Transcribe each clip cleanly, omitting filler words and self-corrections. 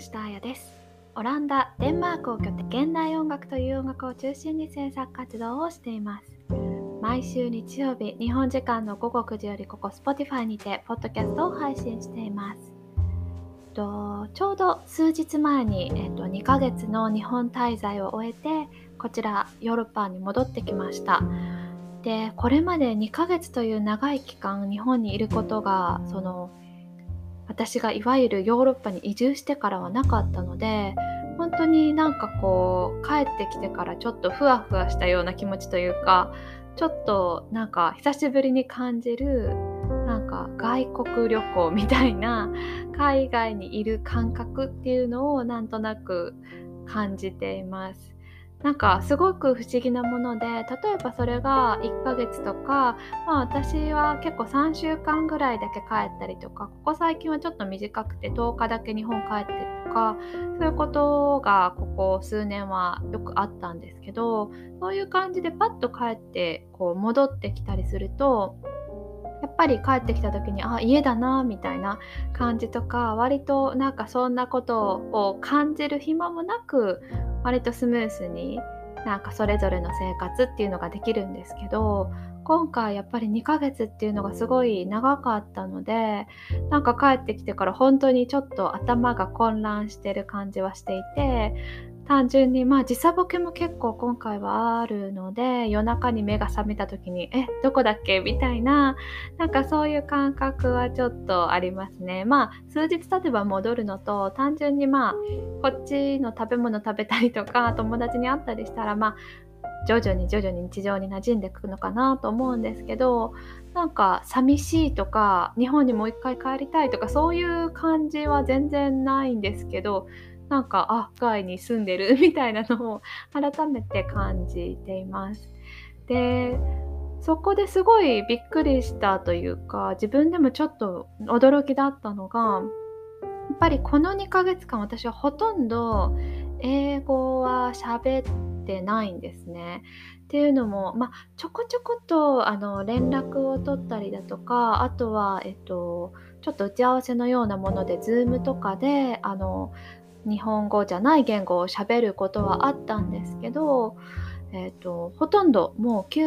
下彩です。オランダ、デンマークを拠点現代音楽という音楽を中心に制作活動をしています。毎週日曜日、日本時間の午後9時よりここ Spotify にてポッドキャストを配信しています。ちょうど数日前に、2ヶ月の日本滞在を終えて、こちらヨーロッパに戻ってきました。で、これまで2ヶ月という長い期間日本にいることが私がいわゆるヨーロッパに移住してからはなかったので、本当に帰ってきてからちょっとふわふわしたような気持ちというか、ちょっと久しぶりに感じる外国旅行みたいな、海外にいる感覚っていうのをなんとなく感じています。すごく不思議なもので、例えばそれが1ヶ月とか、私は結構3週間ぐらいだけ帰ったりとか、ここ最近はちょっと短くて10日だけ日本帰ってるとか、そういうことがここ数年はよくあったんですけど、そういう感じでパッと帰って戻ってきたりすると、やっぱり帰ってきた時に家だなみたいな感じとか、割とそんなことを感じる暇もなく、割とスムースにそれぞれの生活っていうのができるんですけど、今回やっぱり2ヶ月っていうのがすごい長かったので、帰ってきてから本当にちょっと頭が混乱してる感じはしていて、単純に時差ボケも結構今回はあるので、夜中に目が覚めた時にどこだっけみたいな、そういう感覚はちょっとありますね。数日経てば戻るのと、単純にこっちの食べ物食べたりとか友達に会ったりしたら徐々に日常に馴染んでくるのかなと思うんですけど、寂しいとか日本にもう一回帰りたいとかそういう感じは全然ないんですけど、海外に住んでるみたいなのを改めて感じています。で、そこですごいびっくりしたというか、自分でもちょっと驚きだったのが、やっぱりこの2ヶ月間私はほとんど英語は喋ってないんですね。っていうのも、ちょこちょこと連絡を取ったりだとか、あとはちょっと打ち合わせのようなもので Zoom とかで日本語じゃない言語を喋ることはあったんですけど、ほとんどもう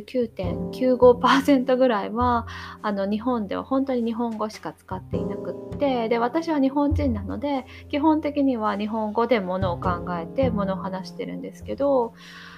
99.95% ぐらいは日本では本当に日本語しか使っていなくって、で私は日本人なので基本的には日本語でものを考えてものを話してるんですけど、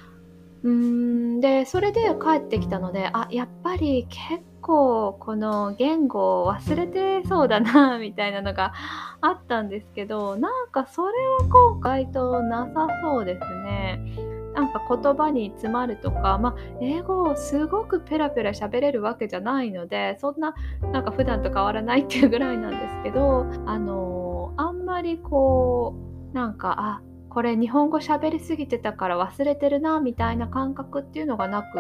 でそれで帰ってきたので、やっぱり結構この言語を忘れてそうだなみたいなのがあったんですけど、それは今回となさそうですね。言葉に詰まるとか、英語をすごくペラペラ喋れるわけじゃないので、そんな普段と変わらないっていうぐらいなんですけど、あんまりこれ日本語喋りすぎてたから忘れてるなみたいな感覚っていうのがなくって、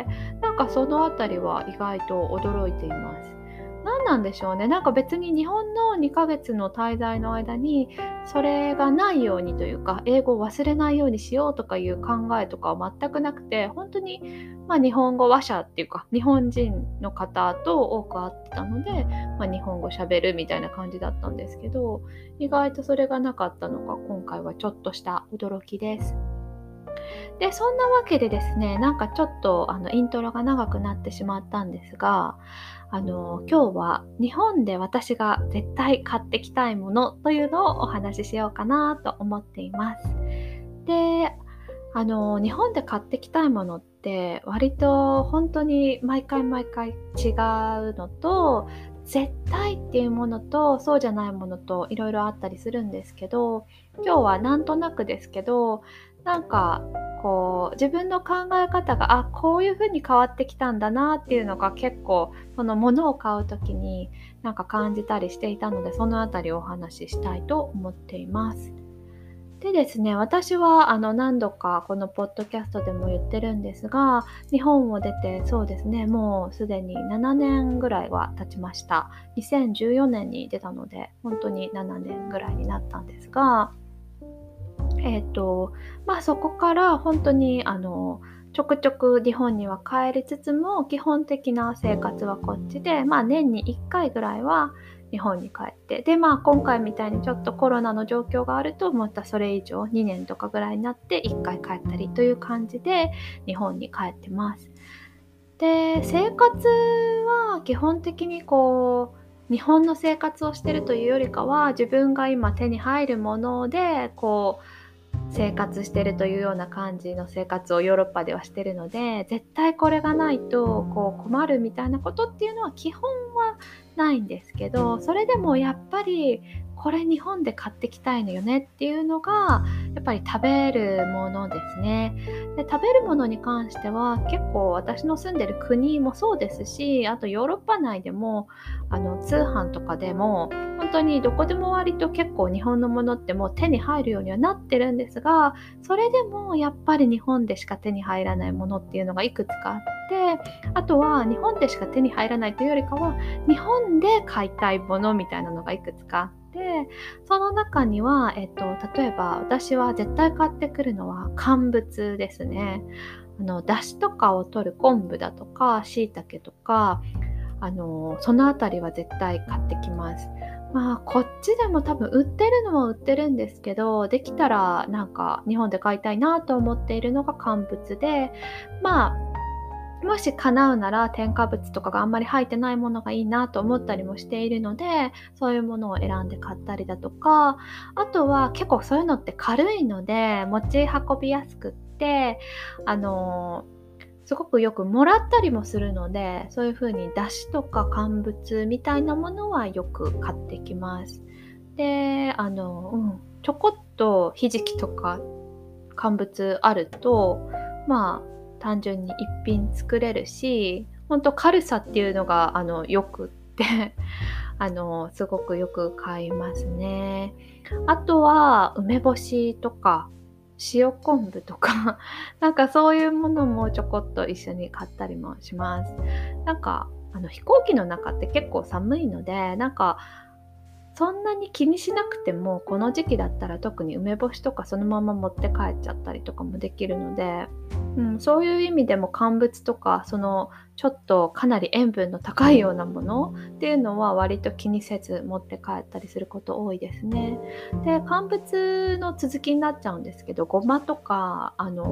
そのあたりは意外と驚いています。何なんでしょうね。別に日本の2ヶ月の滞在の間にそれがないようにというか、英語を忘れないようにしようとかいう考えとかは全くなくて、本当に日本語話者っていうか日本人の方と多く会ってたので、日本語喋るみたいな感じだったんですけど、意外とそれがなかったのが今回はちょっとした驚きです。で、そんなわけでですね、ちょっとイントロが長くなってしまったんですが、今日は日本で私が絶対買ってきたいものというのをお話ししようかなと思っています。で、日本で買ってきたいものって割と本当に毎回違うのと、絶対っていうものとそうじゃないものといろいろあったりするんですけど、今日はなんとなくですけど、自分の考え方がこういう風に変わってきたんだなっていうのが結構その物を買う時に感じたりしていたので、そのあたりをお話ししたいと思っています。でですね、私は何度かこのポッドキャストでも言ってるんですが、日本を出てそうですね、もうすでに7年ぐらいは経ちました。2014年に出たので、本当に7年ぐらいになったんですが、そこから本当にちょくちょく日本には帰りつつも、基本的な生活はこっちで、年に1回ぐらいは日本に帰って、で今回みたいにちょっとコロナの状況があるとまたそれ以上2年とかぐらいになって1回帰ったりという感じで日本に帰ってます。で、生活は基本的に日本の生活をしてるというよりかは、自分が今手に入るもので生活してるというような感じの生活をヨーロッパではしてるので、絶対これがないと困るみたいなことっていうのは基本はないんですけど、それでもやっぱりこれ日本で買ってきたいのよねっていうのがやっぱり食べるものですね。で、食べるものに関しては結構私の住んでる国もそうですし、あとヨーロッパ内でも通販とかでも本当にどこでも割と結構日本のものってもう手に入るようにはなってるんですが、それでもやっぱり日本でしか手に入らないものっていうのがいくつかあって、あとは日本でしか手に入らないというよりかは日本で買いたいものみたいなのがいくつかあって、その中には、例えば私は絶対買ってくるのは乾物ですね。出汁とかを取る昆布だとか椎茸とかそのあたりは絶対買ってきます。こっちでも多分売ってるのは売ってるんですけど、できたらなんか日本で買いたいなと思っているのが乾物で、もし叶うなら添加物とかがあんまり入ってないものがいいなと思ったりもしているので、そういうものを選んで買ったりだとか、あとは結構そういうのって軽いので持ち運びやすくって、すごくよくもらったりもするので、そういう風に出汁とか乾物みたいなものはよく買ってきます。で、ちょこっとひじきとか乾物あると、単純に一品作れるし、ほんと軽さっていうのがよくってすごくよく買いますね。あとは梅干しとか塩昆布とかなんかそういうものもちょこっと一緒に買ったりもします。なんか飛行機の中って結構寒いので、なんかそんなに気にしなくても、この時期だったら特に梅干しとかそのまま持って帰っちゃったりとかもできるので、そういう意味でも乾物とかちょっとかなり塩分の高いようなものっていうのは割と気にせず持って帰ったりすること多いですね。で、乾物の続きになっちゃうんですけど、ごまとか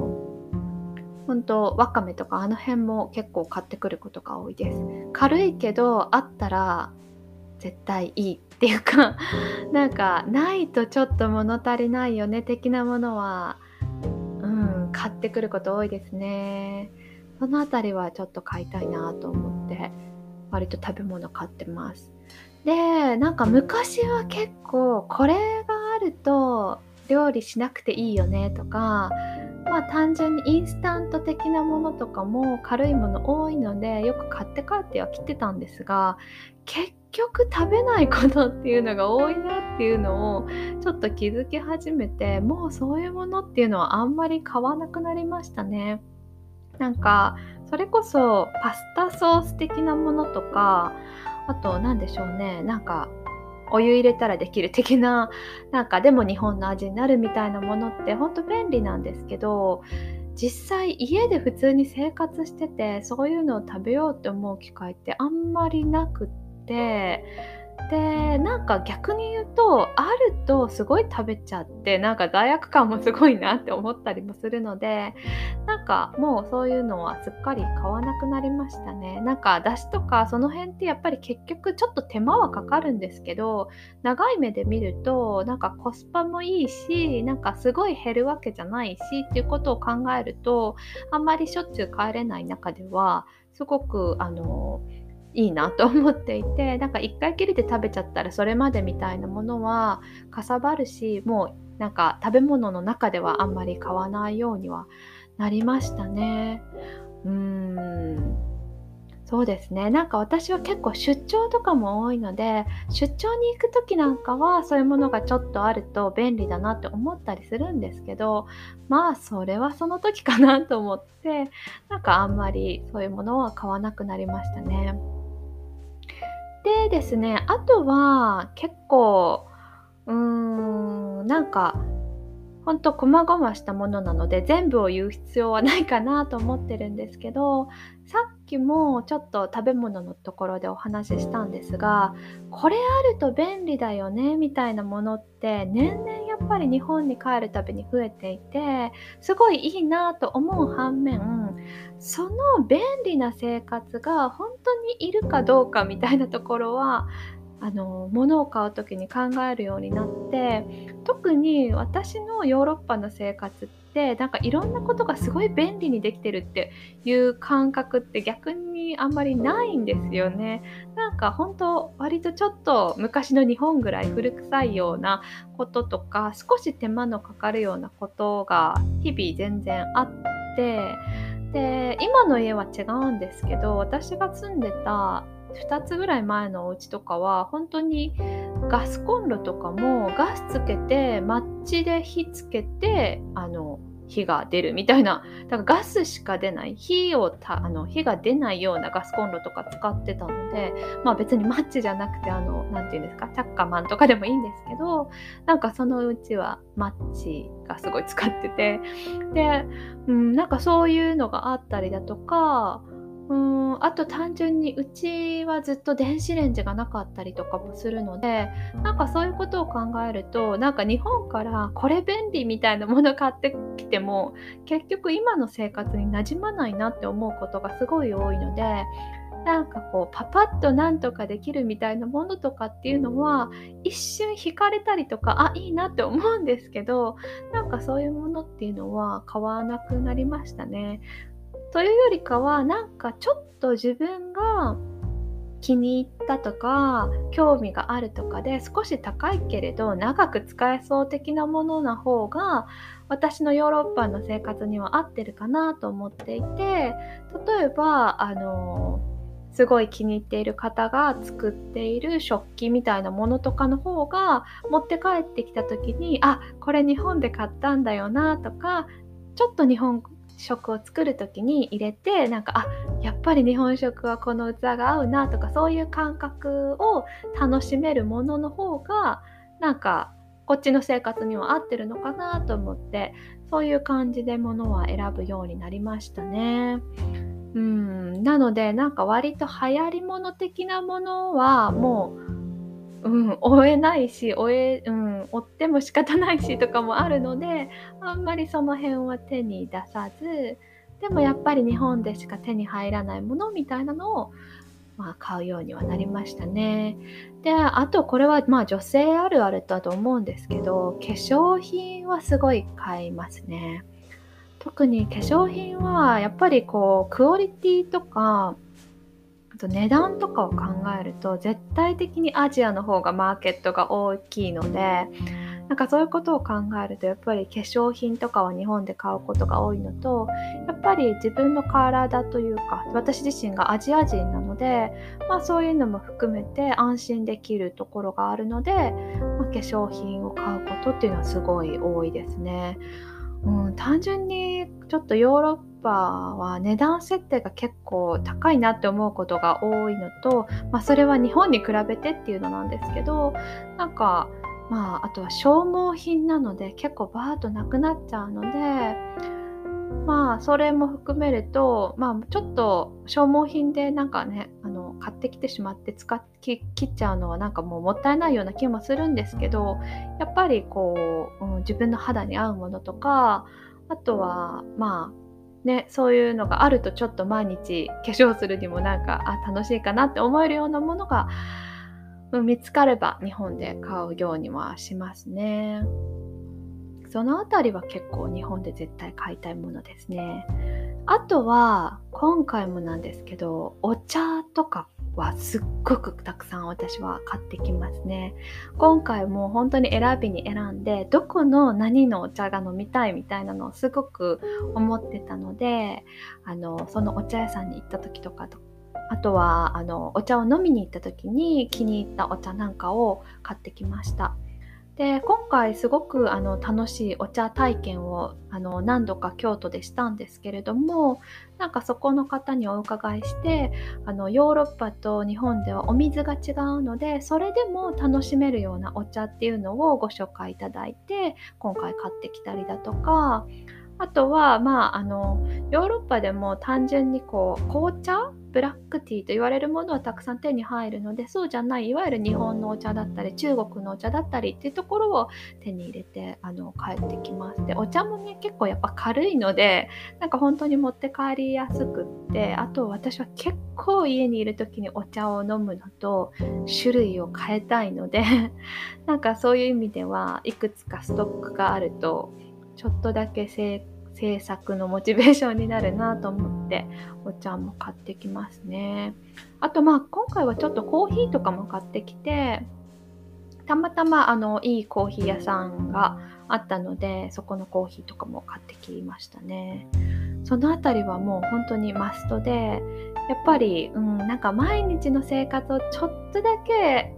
わかめとか辺も結構買ってくることが多いです。軽いけどあったら絶対いいっていうかなんかないとちょっと物足りないよね的なものは買ってくること多いですね。そのあたりはちょっと買いたいなと思って割と食べ物買ってます。で、なんか昔は結構これがあると料理しなくていいよねとか、単純にインスタント的なものとかも軽いもの多いのでよく買って帰ってはきてたんですが、結局食べないことっていうのが多いなっていうのをちょっと気づき始めて、もうそういうものっていうのはあんまり買わなくなりましたね。なんかそれこそパスタソース的なものとか、あとなんでしょうね、なんかお湯入れたらできる的な、なんかでも日本の味になるみたいなものってほんと便利なんですけど、実際家で普通に生活しててそういうのを食べようって思う機会ってあんまりなくって、で、なんか逆に言うとあるとすごい食べちゃって、なんか罪悪感もすごいなって思ったりもするので、なんかもうそういうのはすっかり買わなくなりましたね。なんか出汁とかその辺ってやっぱり結局ちょっと手間はかかるんですけど、長い目で見るとなんかコスパもいいし、なんかすごい減るわけじゃないしっていうことを考えると、あんまりしょっちゅう帰れない中ではすごくいいなと思っていて、なんか一回きりで食べちゃったらそれまでみたいなものはかさばるし、もうなんか食べ物の中ではあんまり買わないようにはなりましたね。そうですね。なんか私は結構出張とかも多いので、出張に行く時なんかはそういうものがちょっとあると便利だなって思ったりするんですけど、それはその時かなと思って、なんかあんまりそういうものは買わなくなりましたね。でですね、あとは結構なんかほんと細々したものなので全部を言う必要はないかなと思ってるんですけど、さっきもちょっと食べ物のところでお話ししたんですが、これあると便利だよねみたいなものって年々やっぱり日本に帰るたびに増えていて、すごいいいなと思う反面、その便利な生活が本当にいるかどうかみたいなところは物を買う時に考えるようになって、特に私のヨーロッパの生活ってなんかいろんなことがすごい便利にできてるっていう感覚って逆にあんまりないんですよね。なんか本当割とちょっと昔の日本ぐらい古臭いようなこととか、少し手間のかかるようなことが日々全然あって、で今の家は違うんですけど、私が住んでた2つぐらい前のお家とかは本当にガスコンロとかもガスつけてマッチで火つけて火が出るみたいな、だからガスしか出ない火が出ないようなガスコンロとか使ってたので、別にマッチじゃなくてなんていうんですか、チャッカマンとかでもいいんですけど、なんかそのうちはマッチがすごい使ってて、で、なんかそういうのがあったりだとか、あと単純にうちはずっと電子レンジがなかったりとかもするので、なんかそういうことを考えると、なんか日本からこれ便利みたいなもの買ってきても結局今の生活に馴染まないなって思うことがすごい多いので、なんかこうパパッとなんとかできるみたいなものとかっていうのは一瞬惹かれたりとか、いいなって思うんですけど、なんかそういうものっていうのは買わなくなりましたね。というよりかは、なんかちょっと自分が気に入ったとか興味があるとかで少し高いけれど長く使えそう的なものな方が私のヨーロッパの生活には合ってるかなと思っていて、例えばすごい気に入っている方が作っている食器みたいなものとかの方が持って帰ってきた時に、これ日本で買ったんだよなとか、ちょっと日本食を作る時に入れて、なんかやっぱり日本食はこの器が合うなとか、そういう感覚を楽しめるものの方がなんかこっちの生活には合ってるのかなと思って、そういう感じで物は選ぶようになりましたね。なのでなんか割と流行り物的なものはもう追えないし、追っても仕方ないしとかもあるので、あんまりその辺は手に出さず、でもやっぱり日本でしか手に入らないものみたいなのを、買うようにはなりましたね。で、あとこれは女性あるあるだと思うんですけど、化粧品はすごい買いますね。特に化粧品はやっぱりこうクオリティとか、あと値段とかを考えると絶対的にアジアの方がマーケットが大きいので、なんかそういうことを考えるとやっぱり化粧品とかは日本で買うことが多いのと、やっぱり自分の体というか私自身がアジア人なので、そういうのも含めて安心できるところがあるので、化粧品を買うことっていうのはすごい多いですね。単純にちょっとヨーロッパは値段設定が結構高いなって思うことが多いのと、それは日本に比べてっていうのなんですけど、なんかあとは消耗品なので結構バーッとなくなっちゃうので、それも含めると、ちょっと消耗品でなんかね、買ってきてしまって切っちゃうのはなんかもったいないような気もするんですけど、やっぱりこう、自分の肌に合うものとか、あとはそういうのがあるとちょっと毎日化粧するにもなんか楽しいかなって思えるようなものが、見つかれば日本で買うようにはしますね。そのあたりは結構日本で絶対買いたいものですね。あとは今回もなんですけど、お茶とかはすっごくたくさん私は買ってきますね。今回も本当に選びに選んで、どこの何のお茶が飲みたいみたいなのをすごく思ってたので、そのお茶屋さんに行った時とかあとはお茶を飲みに行った時に気に入ったお茶なんかを買ってきました。 で、今回すごく楽しいお茶体験を何度か京都でしたんですけれども、なんかそこの方にお伺いして、ヨーロッパと日本ではお水が違うので、それでも楽しめるようなお茶っていうのをご紹介いただいて、今回買ってきたりだとか、あとは、ヨーロッパでも単純に紅茶ブラックティーと言われるものはたくさん手に入るので、そうじゃないいわゆる日本のお茶だったり中国のお茶だったりっていうところを手に入れて帰ってきます。で、お茶もね結構やっぱ軽いので、なんか本当に持って帰りやすくって、あと私は結構家にいる時にお茶を飲むのと種類を変えたいのでなんかそういう意味ではいくつかストックがあるとちょっとだけ制作のモチベーションになるなと思ってお茶も買ってきますね。あと今回はちょっとコーヒーとかも買ってきて、たまたまいいコーヒー屋さんがあったので、そこのコーヒーとかも買ってきましたね。そのあたりはもう本当にマストで、やっぱり、なんか毎日の生活をちょっとだけ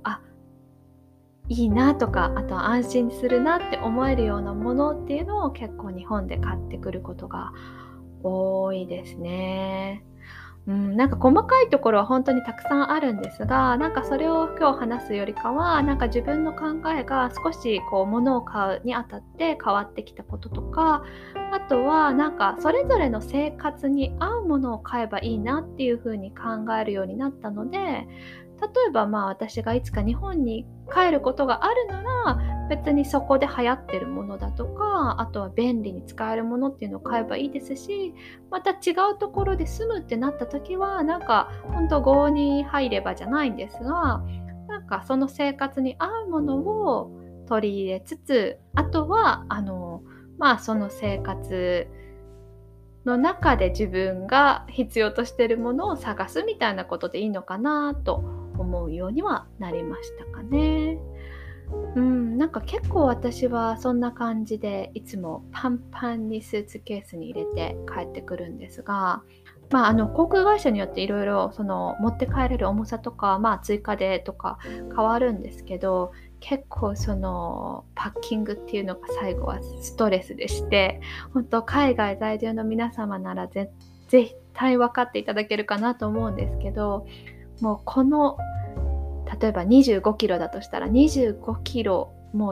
いいなとか、あとは安心するなって思えるようなものっていうのを結構日本で買ってくることが多いですね。なんか細かいところは本当にたくさんあるんですが、なんかそれを今日話すよりかは、なんか自分の考えが少し物を買うにあたって変わってきたこととか、あとはなんかそれぞれの生活に合うものを買えばいいなっていう風に考えるようになったので、例えば私がいつか日本に帰ることがあるなら、別にそこで流行ってるものだとか、あとは便利に使えるものっていうのを買えばいいですし、また違うところで住むってなった時は、なんか本当郷に入ればじゃないんですが、なんかその生活に合うものを取り入れつつ、あとはその生活の中で自分が必要としているものを探すみたいなことでいいのかなと思うようにはなりましたかね。なんか結構私はそんな感じでいつもパンパンにスーツケースに入れて帰ってくるんですが、航空会社によっていろいろ持って帰れる重さとか、追加でとか変わるんですけど、結構パッキングっていうのが最後はストレスでして、本当海外在住の皆様なら絶対分かっていただけるかなと思うんですけど、もう例えば25キロだとしたら25キロ、もう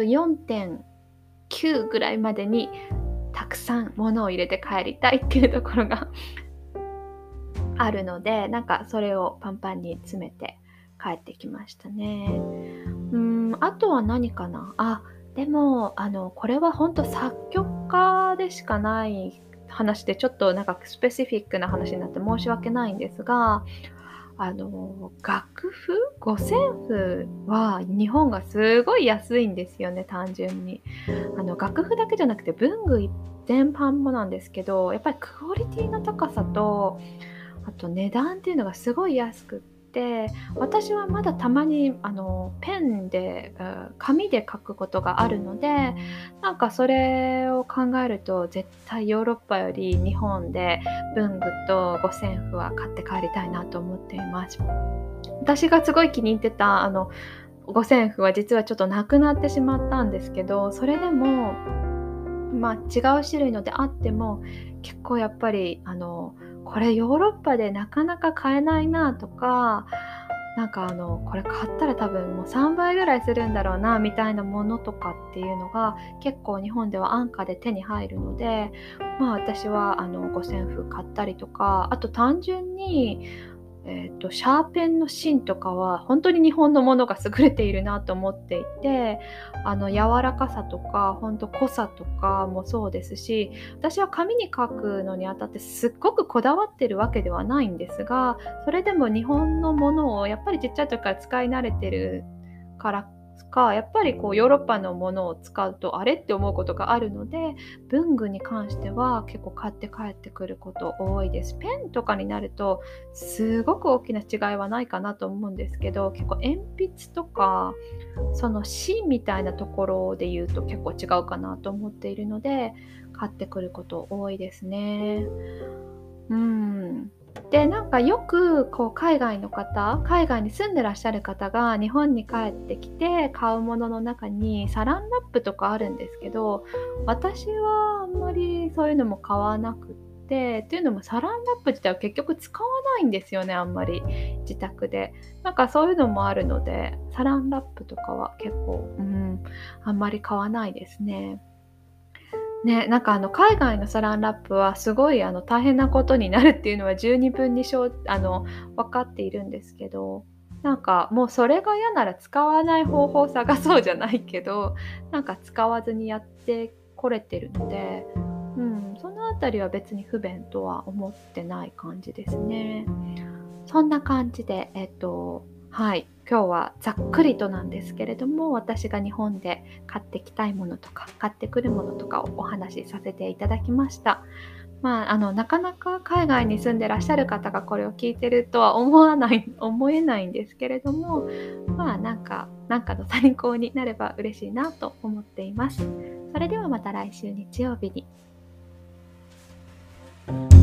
24.9 ぐらいまでにたくさん物を入れて帰りたいっていうところがあるので、なんかそれをパンパンに詰めて帰ってきましたね。あとは何かな。でもこれは本当作曲家でしかない話で、ちょっとなんかスペシフィックな話になって申し訳ないんですが、楽譜五線譜は日本がすごい安いんですよね、単純に。楽譜だけじゃなくて文具全般もなんですけど、やっぱりクオリティの高さと、あと値段っていうのがすごい安くって、私はまだたまにペンで紙で書くことがあるので、なんかそれを考えると絶対ヨーロッパより日本で文具と五線譜は買って帰りたいなと思っています。私がすごい気に入ってた五線譜は実はちょっとなくなってしまったんですけど、それでも違う種類のであっても結構やっぱりこれヨーロッパでなかなか買えないなとか、なんかこれ買ったら多分もう3倍ぐらいするんだろうなみたいなものとかっていうのが結構日本では安価で手に入るので、私は五線譜買ったりとか、あと単純にシャーペンの芯とかは本当に日本のものが優れているなと思っていて、柔らかさとか本当濃さとかもそうですし、私は紙に書くのにあたってすっごくこだわってるわけではないんですが、それでも日本のものをやっぱりちっちゃい時から使い慣れてるからか、やっぱりヨーロッパのものを使うとあれって思うことがあるので、文具に関しては結構買って帰ってくること多いです。ペンとかになるとすごく大きな違いはないかなと思うんですけど、結構鉛筆とかその芯みたいなところで言うと結構違うかなと思っているので、買ってくること多いですね。 でなんかよくこう海外に住んでらっしゃる方が日本に帰ってきて買うものの中にサランラップとかあるんですけど、私はあんまりそういうのも買わなくってっていうのもサランラップ自体は結局使わないんですよね、あんまり自宅で。なんかそういうのもあるのでサランラップとかは結構、あんまり買わないですね。ね、なんか海外のサランラップはすごい大変なことになるっていうのは十二分に分かっているんですけど、なんかもうそれが嫌なら使わない方法を探そうじゃないけど、なんか使わずにやってこれてるので、そのあたりは別に不便とは思ってない感じですね。そんな感じで、はい、今日はざっくりとなんですけれども、私が日本で買ってきたいものとか、買ってくるものとかをお話しさせていただきました。なかなか海外に住んでらっしゃる方がこれを聞いてるとは思えないんですけれども、なんかの参考になれば嬉しいなと思っています。それではまた来週日曜日に。